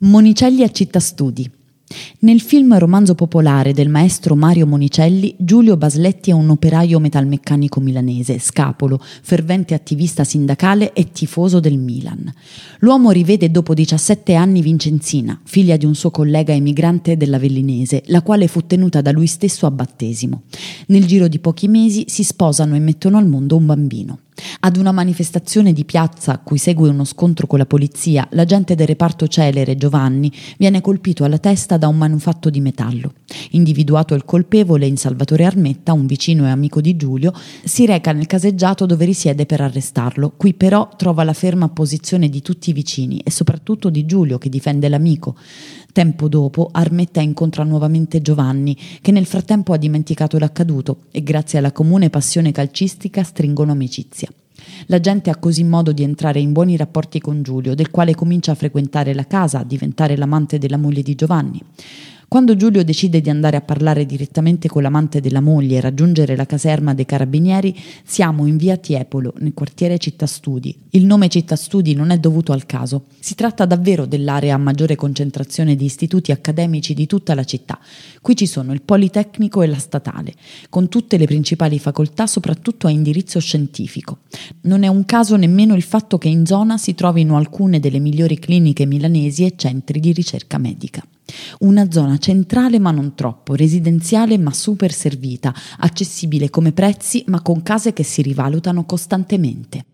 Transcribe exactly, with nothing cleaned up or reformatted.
Monicelli a Città Studi. Nel film romanzo popolare del maestro Mario Monicelli, Giulio Basletti è un operaio metalmeccanico milanese, scapolo, fervente attivista sindacale e tifoso del Milan. L'uomo rivede dopo diciassette anni Vincenzina, figlia di un suo collega emigrante dell'Avellinese, la quale fu tenuta da lui stesso a battesimo. Nel giro di pochi mesi si sposano e mettono al mondo un bambino. Ad una manifestazione di piazza a cui segue uno scontro con la polizia, l'agente del reparto Celere, Giovanni, viene colpito alla testa da un manufatto di metallo. Individuato il colpevole in Salvatore Armetta, un vicino e amico di Giulio, si reca nel caseggiato dove risiede per arrestarlo. Qui però trova la ferma opposizione di tutti i vicini e soprattutto di Giulio, che difende l'amico. Tempo dopo Armetta incontra nuovamente Giovanni, che nel frattempo ha dimenticato l'accaduto, e grazie alla comune passione calcistica stringono amicizia. La gente ha così modo di entrare in buoni rapporti con Giulio, del quale comincia a frequentare la casa, a diventare l'amante della moglie di Giovanni. Quando Giulio decide di andare a parlare direttamente con l'amante della moglie e raggiungere la caserma dei carabinieri, siamo in via Tiepolo, nel quartiere Città Studi. Il nome Città Studi non è dovuto al caso. Si tratta davvero dell'area a maggiore concentrazione di istituti accademici di tutta la città. Qui ci sono il Politecnico e la Statale, con tutte le principali facoltà, soprattutto a indirizzo scientifico. Non è un caso nemmeno il fatto che in zona si trovino alcune delle migliori cliniche milanesi e centri di ricerca medica. Una zona centrale ma non troppo, residenziale ma super servita, accessibile come prezzi ma con case che si rivalutano costantemente.